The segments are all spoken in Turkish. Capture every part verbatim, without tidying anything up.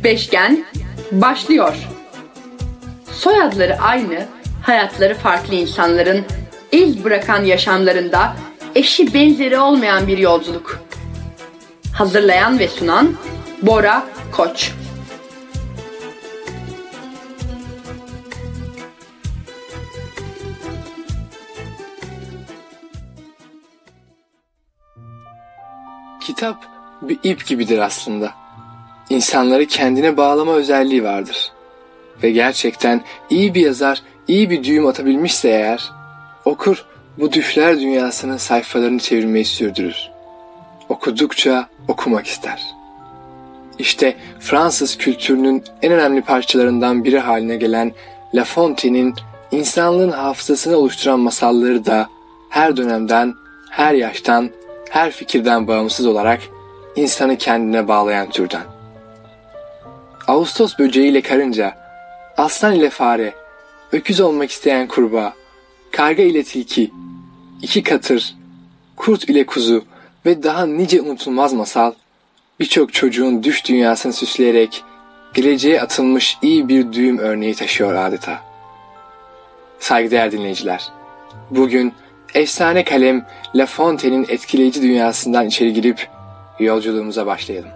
Beşgen başlıyor. Soyadları aynı, hayatları farklı insanların iz bırakan yaşamlarında eşi benzeri olmayan bir yolculuk. Hazırlayan ve sunan Bora Koç. Kitap bir ip gibidir aslında. İnsanları kendine bağlama özelliği vardır. Ve gerçekten iyi bir yazar, iyi bir düğüm atabilmişse eğer, okur bu düşler dünyasının sayfalarını çevirmeyi sürdürür. Okudukça okumak ister. İşte Fransız kültürünün en önemli parçalarından biri haline gelen La Fontaine'in insanlığın hafızasını oluşturan masalları da her dönemden, her yaştan, her fikirden bağımsız olarak insanı kendine bağlayan türden. Ağustos böceği ile karınca, aslan ile fare, öküz olmak isteyen kurbağa, karga ile tilki, iki katır, kurt ile kuzu ve daha nice unutulmaz masal, birçok çocuğun düş dünyasını süsleyerek geleceğe atılmış iyi bir düğüm örneği taşıyor adeta. Saygıdeğer dinleyiciler, bugün efsane kalem La Fontaine'in etkileyici dünyasından içeri girip yolculuğumuza başlayalım.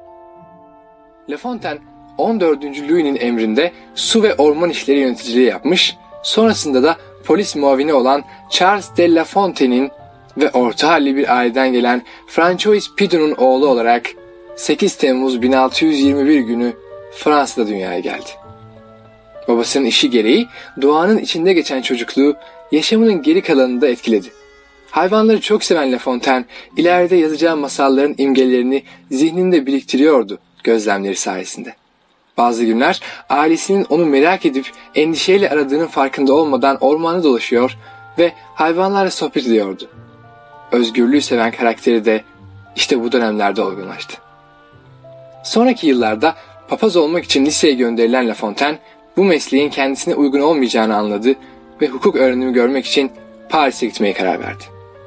La Fontaine, on dördüncü Louis'nin emrinde su ve orman işleri yöneticiliği yapmış, sonrasında da polis muavini olan Charles de La Fontaine'in ve orta halli bir aileden gelen François Pidon'un oğlu olarak sekiz Temmuz bin altı yüz yirmi bir günü Fransa'da dünyaya geldi. Babasının işi gereği doğanın içinde geçen çocukluğu yaşamının geri kalanını da etkiledi. Hayvanları çok seven La Fontaine, ileride yazacağı masalların imgelerini zihninde biriktiriyordu gözlemleri sayesinde. Bazı günler ailesinin onu merak edip endişeyle aradığının farkında olmadan ormanda dolaşıyor ve hayvanlarla sohbet ediyordu. Özgürlüğü seven karakteri de işte bu dönemlerde olgunlaştı. Sonraki yıllarda papaz olmak için liseye gönderilen La Fontaine, bu mesleğin kendisine uygun olmayacağını anladı ve hukuk öğrenimi görmek için Paris'e gitmeye karar verdi.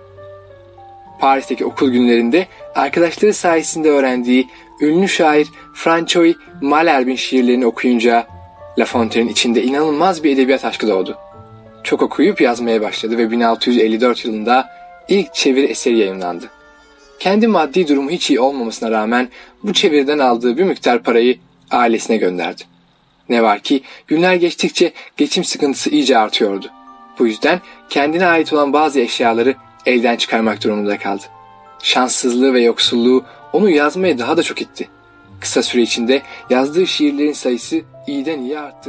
Paris'teki okul günlerinde arkadaşları sayesinde öğrendiği ünlü şair François Malherbe'in şiirlerini okuyunca La Fontaine'in içinde inanılmaz bir edebiyat aşkı doğdu. Çok okuyup yazmaya başladı ve bin altı yüz elli dört yılında ilk çeviri eseri yayımlandı. Kendi maddi durumu hiç iyi olmamasına rağmen bu çeviriden aldığı bir miktar parayı ailesine gönderdi. Ne var ki günler geçtikçe geçim sıkıntısı iyice artıyordu. Bu yüzden kendine ait olan bazı eşyaları elden çıkarmak durumunda kaldı. Şanssızlığı ve yoksulluğu onu yazmaya daha da çok itti. Kısa süre içinde yazdığı şiirlerin sayısı iyiden iyiye arttı.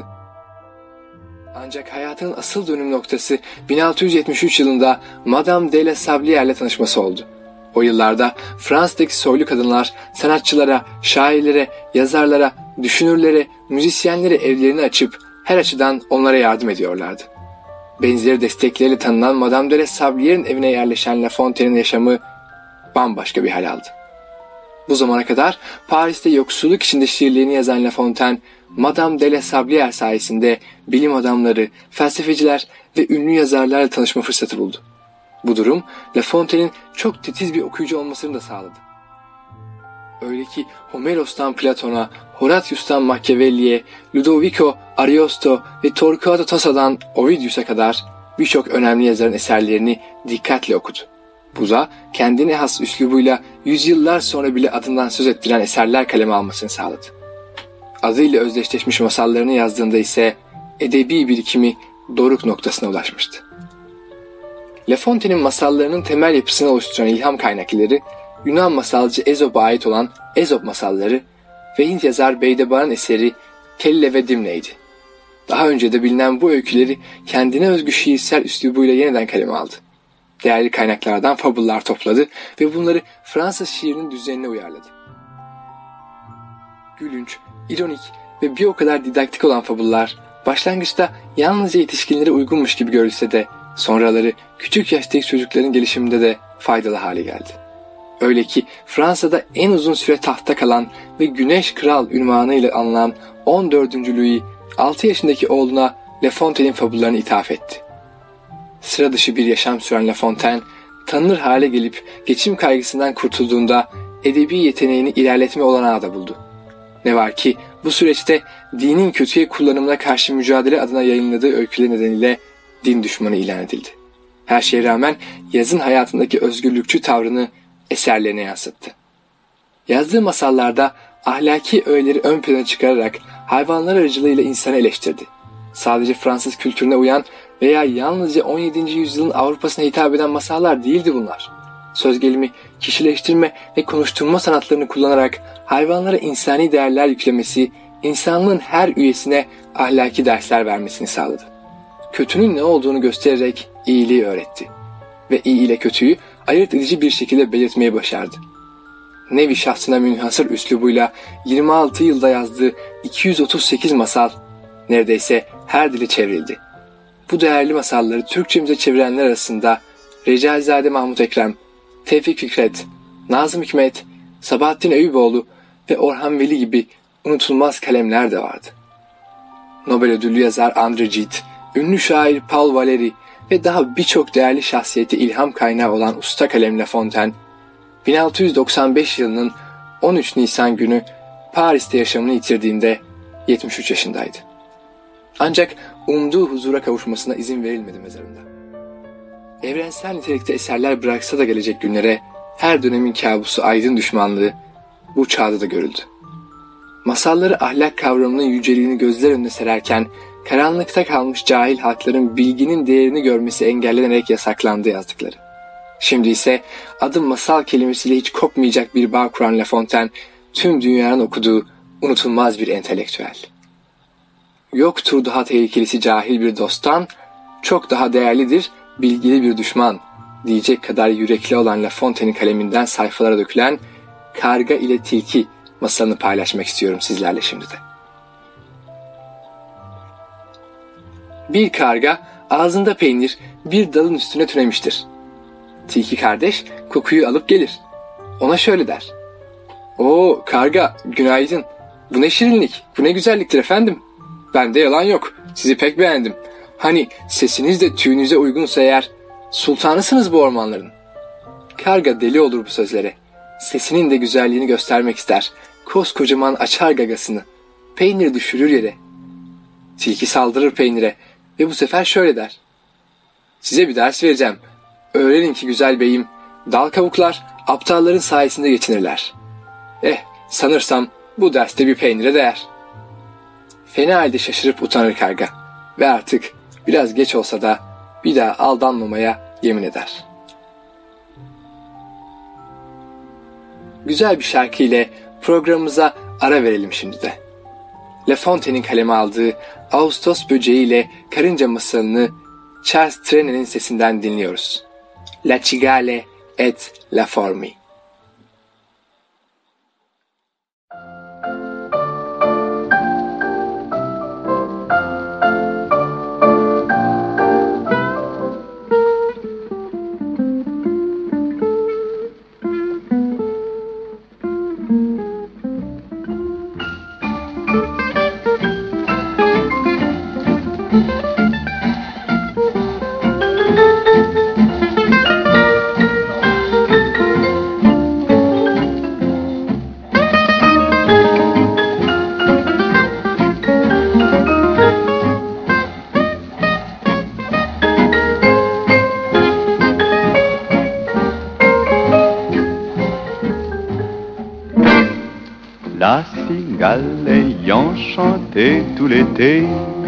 Ancak hayatının asıl dönüm noktası bin altı yüz yetmiş üç yılında Madame de la Sablière'le tanışması oldu. O yıllarda Fransa'daki soylu kadınlar sanatçılara, şairlere, yazarlara, düşünürlere, müzisyenlere evlerini açıp her açıdan onlara yardım ediyorlardı. Benzeri destekleriyle tanınan Madame de la Sablière'in evine yerleşen La Fontaine'in yaşamı bambaşka bir hal aldı. Bu zamana kadar Paris'te yoksulluk içinde şiirlerini yazan La Fontaine, Madame de la Sablière sayesinde bilim adamları, felsefeciler ve ünlü yazarlarla tanışma fırsatı buldu. Bu durum La Fontaine'in çok titiz bir okuyucu olmasını da sağladı. Öyle ki Homeros'tan Platon'a, Horatius'tan Machiavelli'ye, Ludovico Ariosto ve Torquato Tassa'dan Ovidius'a kadar birçok önemli yazarın eserlerini dikkatle okudu. Bu da kendine has üslubuyla yüzyıllar sonra bile adından söz ettiren eserler kaleme almasını sağladı. Adıyla özdeşleşmiş masallarını yazdığında ise edebi birikimi doruk noktasına ulaşmıştı. La Fontaine'in masallarının temel yapısını oluşturan ilham kaynakları, Yunan masalcı Ezop'a ait olan Ezop masalları ve Hint yazar Beydebar'ın eseri Kelle ve Dimne'ydi. Daha önce de bilinen bu öyküleri kendine özgü şiirsel üslubuyla yeniden kaleme aldı. Değerli kaynaklardan fabullar topladı ve bunları Fransız şiirinin düzenine uyarladı. Gülünç, ironik ve bir o kadar didaktik olan fabullar başlangıçta yalnızca yetişkinlere uygunmuş gibi görülse de sonraları küçük yaştaki çocukların gelişiminde de faydalı hale geldi. Öyle ki Fransa'da en uzun süre tahtta kalan ve Güneş Kral unvanıyla anılan on dördüncü Louis altı yaşındaki oğluna La Fontaine'in fabullarını ithaf etti. Sıra dışı bir yaşam süren La Fontaine, tanınır hale gelip geçim kaygısından kurtulduğunda edebi yeteneğini ilerletme olanağı da buldu. Ne var ki bu süreçte dinin kötüye kullanımına karşı mücadele adına yayınladığı öyküler nedeniyle din düşmanı ilan edildi. Her şeye rağmen yazın hayatındaki özgürlükçü tavrını eserlerine yansıttı. Yazdığı masallarda ahlaki öğeleri ön plana çıkararak hayvanlar aracılığıyla insanı eleştirdi. Sadece Fransız kültürüne uyan veya yalnızca on yedinci yüzyılın Avrupa'sına hitap eden masallar değildi bunlar. Söz gelimi, kişileştirme ve konuşturma sanatlarını kullanarak hayvanlara insani değerler yüklemesi, insanlığın her üyesine ahlaki dersler vermesini sağladı. Kötünün ne olduğunu göstererek iyiliği öğretti. Ve iyi ile kötüyü ayırt edici bir şekilde belirtmeyi başardı. Nevi şahsına münhasır üslubuyla yirmi altı yılda yazdığı iki yüz otuz sekiz masal neredeyse her dili çevrildi. Bu değerli masalları Türkçemize çevirenler arasında Recaizade Mahmut Ekrem, Tevfik Fikret, Nazım Hikmet, Sabahattin Eyüboğlu ve Orhan Veli gibi unutulmaz kalemler de vardı. Nobel ödüllü yazar André Gide, ünlü şair Paul Valéry ve daha birçok değerli şahsiyeti ilham kaynağı olan usta kalem La Fontaine, bin altı yüz doksan beş yılının on üç Nisan günü Paris'te yaşamını yitirdiğinde yetmiş üç yaşındaydı. Ancak umduğu huzura kavuşmasına izin verilmedi mezarında. Evrensel nitelikte eserler bıraksa da gelecek günlere her dönemin kabusu aydın düşmanlığı bu çağda da görüldü. Masalları ahlak kavramının yüceliğini gözler önüne sererken karanlıkta kalmış cahil halkların bilginin değerini görmesi engellenerek yasaklandı yazdıkları. Şimdi ise adı masal kelimesiyle hiç kopmayacak bir bağ kuran La Fontaine tüm dünyanın okuduğu unutulmaz bir entelektüel. Yoktur daha tehlikelisi cahil bir dosttan, çok daha değerlidir bilgili bir düşman diyecek kadar yürekli olan La Fontaine'in kaleminden sayfalara dökülen Karga ile Tilki masalını paylaşmak istiyorum sizlerle şimdi de. Bir karga ağzında peynir bir dalın üstüne tünemiştir. Tilki kardeş kokuyu alıp gelir. Ona şöyle der: "Oo karga, günaydın. Bu ne şirinlik, bu ne güzelliktir efendim. Bende yalan yok, sizi pek beğendim. Hani sesiniz de tüyünüze uygunsa eğer, sultanısınız bu ormanların." Karga deli olur bu sözlere. Sesinin de güzelliğini göstermek ister. Koskocaman açar gagasını. Peynir düşürür yere. Tilki saldırır peynire ve bu sefer şöyle der: "Size bir ders vereceğim. Öğrenin ki güzel beyim, dal kavuklar aptalların sayesinde geçinirler. Eh, sanırsam bu derste bir peynire değer." Fena halde şaşırıp utanır karga ve artık biraz geç olsa da bir daha aldanmamaya yemin eder. Güzel bir şarkı ile programımıza ara verelim şimdi de. La Fontaine'in kaleme aldığı Ağustos Böceği ile Karınca masalını Charles Trene'nin sesinden dinliyoruz. La Cigale et la Formi. La cigale ayant chanté tout l'été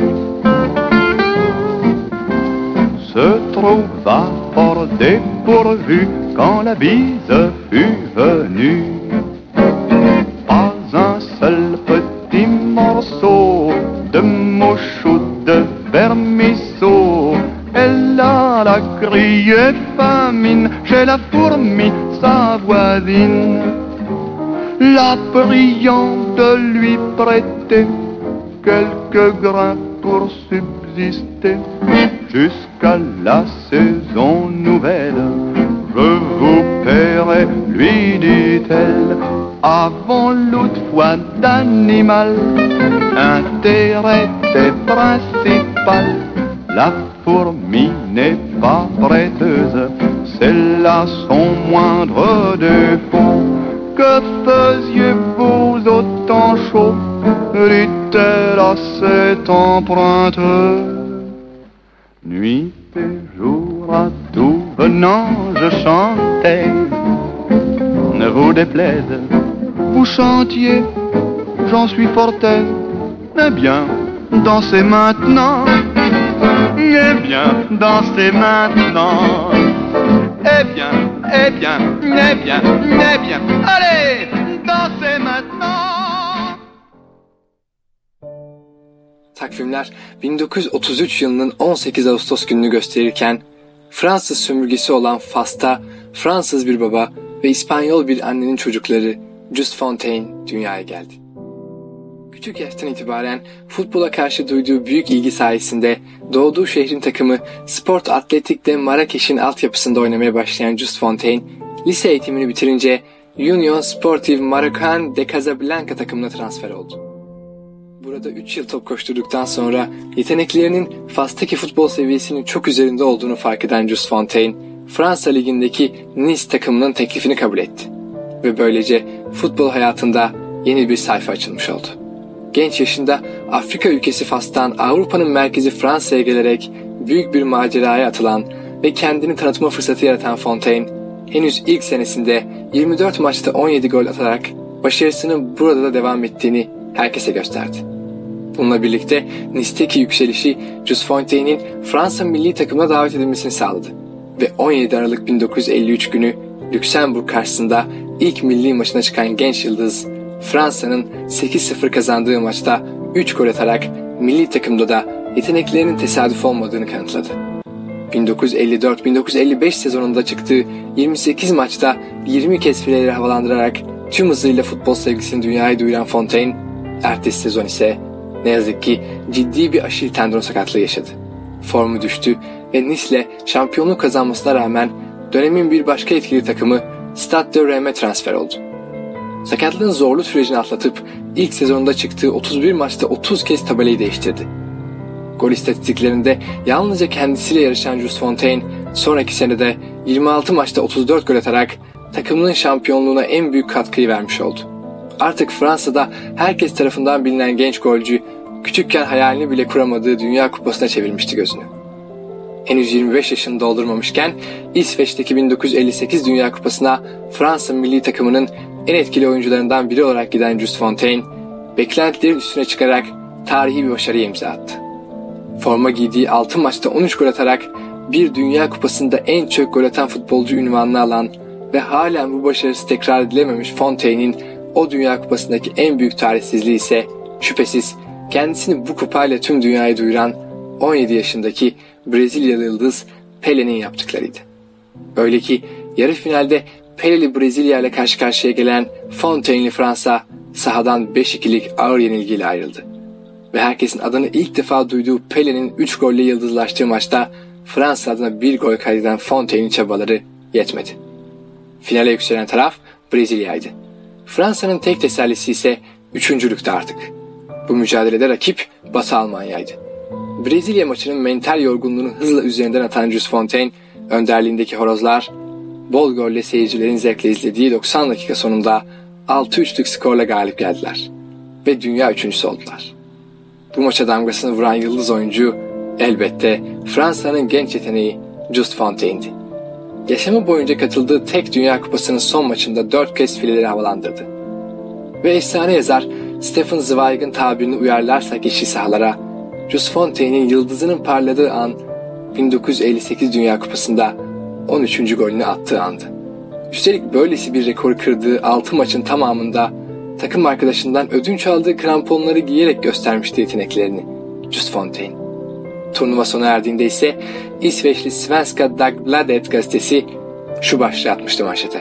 se trouva fort dépourvue quand la bise fut venue. Pas un seul petit morceau de mouche ou de vermisseau. Elle alla crier famine chez la fourmi, sa voisine, la priant de lui prêter quelques grains pour subsister jusqu'à la saison nouvelle. Je vous paierai, lui dit-elle, avant l'autre fois d'animal. Intérêt est principal, la fourmi n'est pas prêteuse, c'est là son moindre défaut. que faisiez-vous au temps chaud, dit-elle à cette empreinte. Nuit et jour à tout venant je chantais, ne vous déplaise, vous chantiez, j'en suis fort aise. Eh bien, dansez maintenant, eh bien, dansez maintenant. Eh bien, eh bien, eh bien, eh bien, allez, dansez maintenant. Takvimler bin dokuz yüz otuz üç yılının on sekiz Ağustos gününü gösterirken Fransız sömürgesi olan Fas'ta Fransız bir baba ve İspanyol bir annenin çocukları Just Fontaine dünyaya geldi. Küçük yaştan itibaren futbola karşı duyduğu büyük ilgi sayesinde doğduğu şehrin takımı Sport Atletik'te Marrakeş'in altyapısında oynamaya başlayan Just Fontaine, lise eğitimini bitirince Union Sportive Marocain de Casablanca takımına transfer oldu. Burada üç yıl top koşturduktan sonra yeteneklerinin Fas'taki futbol seviyesinin çok üzerinde olduğunu fark eden Just Fontaine, Fransa Ligi'ndeki Nice takımının teklifini kabul etti. Ve böylece futbol hayatında yeni bir sayfa açılmış oldu. Genç yaşında Afrika ülkesi Fas'tan Avrupa'nın merkezi Fransa'ya gelerek büyük bir maceraya atılan ve kendini tanıtma fırsatı yaratan Fontaine, henüz ilk senesinde yirmi dört maçta on yedi gol atarak başarısının burada da devam ettiğini herkese gösterdi. Bununla birlikte Nice'teki yükselişi Just Fontaine'in Fransa milli takımına davet edilmesini sağladı ve on yedi Aralık bin dokuz yüz elli üç günü Lüksemburg karşısında ilk milli maçına çıkan genç yıldız, Fransa'nın sekiz sıfır kazandığı maçta üç gol atarak milli takımda da yeteneklerinin tesadüf olmadığını kanıtladı. bin dokuz yüz elli dört bin dokuz yüz elli beş sezonunda çıktığı yirmi sekiz maçta yirmi kez fileleri havalandırarak tüm hızıyla futbol sevgisini dünyaya duyuran Fontaine, ertesi sezon ise ne yazık ki ciddi bir Aşil tendon sakatlığı yaşadı. Formu düştü ve Nice'le şampiyonluk kazanmasına rağmen dönemin bir başka etkili takımı Stade de Reimms'e transfer oldu. Sakatlığın zorlu sürecini atlatıp ilk sezonunda çıktığı otuz bir maçta otuz kez tabelayı değiştirdi. Gol istatistiklerinde yalnızca kendisiyle yarışan Just Fontaine sonraki senede yirmi altı maçta otuz dört gol atarak takımının şampiyonluğuna en büyük katkıyı vermiş oldu. Artık Fransa'da herkes tarafından bilinen genç golcü, küçükken hayalini bile kuramadığı Dünya Kupası'na çevirmişti gözünü. Henüz yirmi beş yaşını doldurmamışken İsveç'teki bin dokuz yüz elli sekiz Dünya Kupası'na Fransa milli takımının en etkili oyuncularından biri olarak giden Just Fontaine, beklentilerin üstüne çıkarak tarihi bir başarıya imza attı. Forma giydiği altı maçta on üç gol atarak bir Dünya Kupası'nda en çok gol atan futbolcu unvanını alan ve halen bu başarısı tekrar edilememiş Fontaine'in o Dünya Kupası'ndaki en büyük tarihsizliği ise şüphesiz kendisini bu kupayla tüm dünyaya duyuran on yedi yaşındaki Brezilyalı yıldız Pelé'nin yaptıklarıydı. Öyle ki yarı finalde Pelé'li Brezilya ile karşı karşıya gelen Fontaine'li Fransa sahadan beş ikilik ağır yenilgiyle ayrıldı. Ve herkesin adını ilk defa duyduğu Pelé'nin üç golle yıldızlaştığı maçta Fransa adına bir gol kaydeden Fontaine'in çabaları yetmedi. Finale yükselen taraf Brezilya'ydı. Fransa'nın tek tesellisi ise üçüncülükte artık. Bu mücadelede rakip Batı Almanya'ydı. Brezilya maçının mental yorgunluğunu hızla üzerinden atan Just Fontaine önderliğindeki horozlar bol golle seyircilerin zevkle izlediği doksan dakika sonunda altı üçlük skorla galip geldiler ve dünya üçüncüsü oldular. Bu maça damgasını vuran yıldız oyuncu elbette Fransa'nın genç yeteneği Just Fontaine'di. Yaşamı boyunca katıldığı tek Dünya Kupası'nın son maçında dört kez fileleri havalandırdı. Ve efsane yazar Stefan Zweig'in tabirini uyarlarsak yeşil sahalara, Just Fontaine'in yıldızının parladığı an bin dokuz yüz elli sekiz Dünya Kupası'nda on üçüncü golünü attığı andı. Üstelik böylesi bir rekor kırdığı altı maçın tamamında takım arkadaşından ödünç aldığı kramponları giyerek göstermişti yeteneklerini Just Fontaine. Turnuva sona erdiğinde ise İsveçli Svenska Dagbladet gazetesi şu başlığı atmıştı manşete: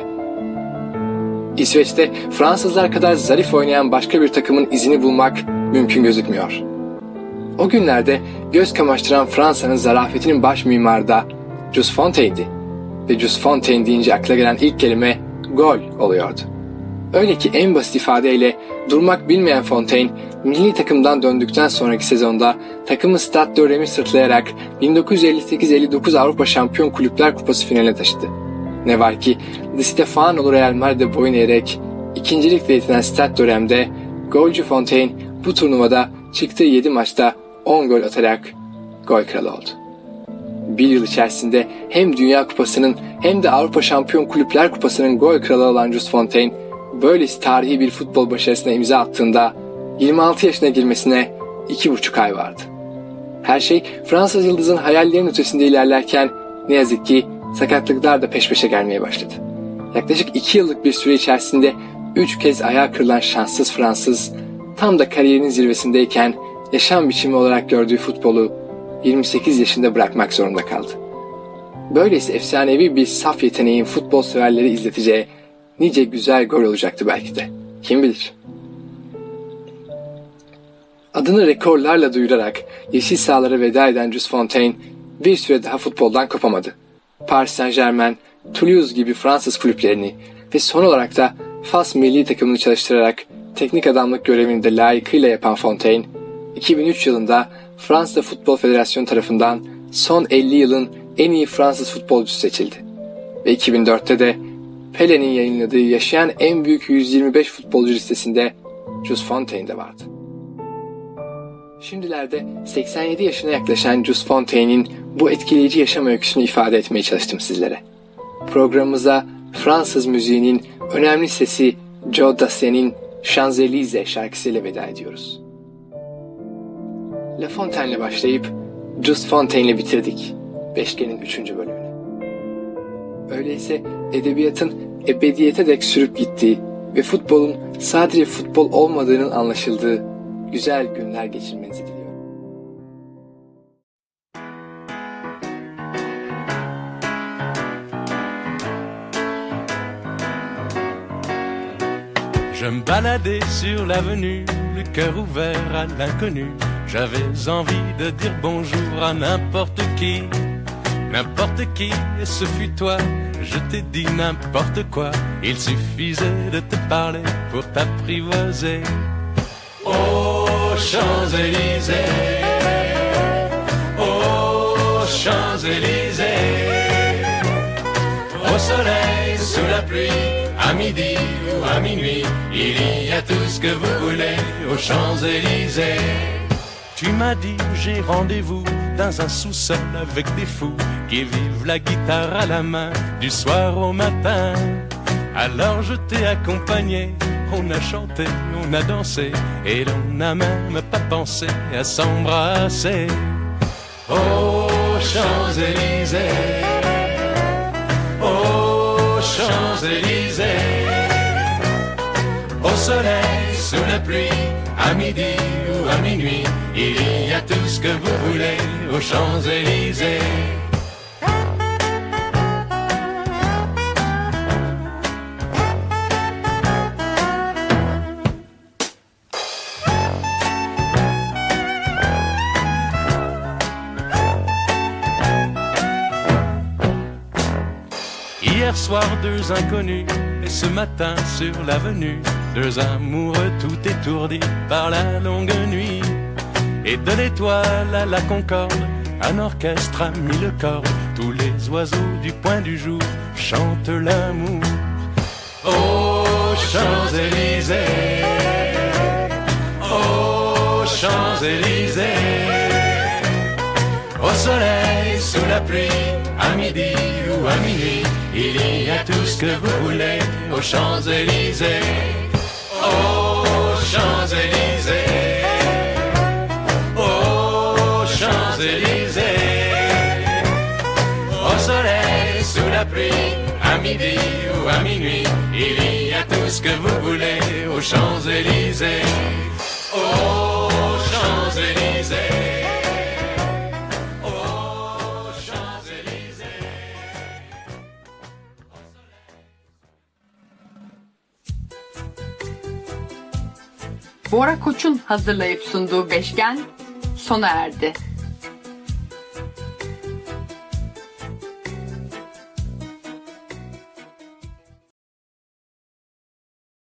İsveç'te Fransızlar kadar zarif oynayan başka bir takımın izini bulmak mümkün gözükmüyor. O günlerde göz kamaştıran Fransa'nın zarafetinin baş mimarı da Just Fontaine'di. Ve Just Fontaine deyince akla gelen ilk kelime gol oluyordu. Öyle ki en basit ifadeyle durmak bilmeyen Fontaine, milli takımdan döndükten sonraki sezonda takımı Stade de Reimms'i sırtlayarak bin dokuz yüz elli sekiz elli dokuz Avrupa Şampiyon Kulüpler Kupası finaline taşıdı. Ne var ki Di Stefano'lu Real Madrid'e boyun eğerek İkincilikle yetinen Stade de Reimm'de golcü Fontaine bu turnuvada çıktığı yedi maçta on gol atarak gol kralı oldu. Bir yıl içerisinde hem Dünya Kupası'nın hem de Avrupa Şampiyon Kulüpler Kupası'nın gol kralı olan Jules Fontaine, böylesi tarihi bir futbol başarısına imza attığında yirmi altı yaşına girmesine iki buçuk ay vardı. Her şey Fransız yıldızın hayallerinin ötesinde ilerlerken ne yazık ki sakatlıklar da peş peşe gelmeye başladı. Yaklaşık iki yıllık bir süre içerisinde üç kez ayağı kırılan şanssız Fransız, tam da kariyerinin zirvesindeyken yaşam biçimi olarak gördüğü futbolu yirmi sekiz yaşında bırakmak zorunda kaldı. Böylesi efsanevi bir saf yeteneğin futbol severleri izleteceği nice güzel gol olacaktı belki de. Kim bilir? Adını rekorlarla duyurarak yeşil sahalara veda eden Jules Fontaine bir süre daha futboldan kopamadı. Paris Saint-Germain, Toulouse gibi Fransız kulüplerini ve son olarak da Fas milli takımını çalıştırarak teknik adamlık görevini de layıkıyla yapan Fontaine, iki bin üç yılında Fransa Futbol Federasyonu tarafından son elli yılın en iyi Fransız futbolcusu seçildi. Ve iki bin dörtte de Pelé'nin yayınladığı yaşayan en büyük yüz yirmi beş futbolcu listesinde Jules Fontaine de vardı. Şimdilerde seksen yedi yaşına yaklaşan Jules Fontaine'in bu etkileyici yaşam öyküsünü ifade etmeye çalıştım sizlere. Programımıza Fransız müziğinin önemli sesi Joe Dassaines'in Champs-Élysées şarkısıyla veda ediyoruz. La Fontaine'le başlayıp Jules Fontaine'le bitirdik Beşgen'in üçüncü bölümünü. Öyleyse edebiyatın ebediyete dek sürüp gittiği ve futbolun sadece futbol olmadığının anlaşıldığı güzel günler geçirmenizi diliyorum. Je me baladais sur l'avenue, le cœur ouvert à l'inconnu. J'avais envie de dire bonjour à n'importe qui, n'importe qui, et ce fut toi. Je t'ai dit n'importe quoi, il suffisait de te parler pour t'apprivoiser. Aux Champs-Élysées, aux Champs-Élysées, au soleil, sous la pluie, à midi ou à minuit, il y a tout ce que vous voulez aux Champs-Élysées. Tu m'as dit j'ai rendez-vous dans un sous-sol avec des fous qui vivent la guitare à la main du soir au matin. Alors je t'ai accompagné, on a chanté, on a dansé et l'on n'a même pas pensé à s'embrasser. Aux Champs-Élysées, aux Champs-Élysées, au soleil, sous la pluie, à midi ou à minuit, il y a tout ce que vous voulez aux Champs-Élysées. Hier soir, deux inconnus, et ce matin sur l'avenue, deux amoureux tout étourdis par la longue nuit. Et de l'étoile à la Concorde, un orchestre a mis le corps. Tous les oiseaux du point du jour chantent l'amour. Aux Champs-Élysées, aux Champs-Élysées, au soleil, sous la pluie, à midi ou à minuit, il y a tout ce que vous voulez aux Champs-Élysées. Aux Champs-Élysées, aux Champs-Élysées, au soleil, sous la pluie, à midi ou à minuit, il y a tout ce que vous voulez aux Champs-Élysées. Aux Champs-Élysées. Bora Koç'un hazırlayıp sunduğu Beşgen sona erdi.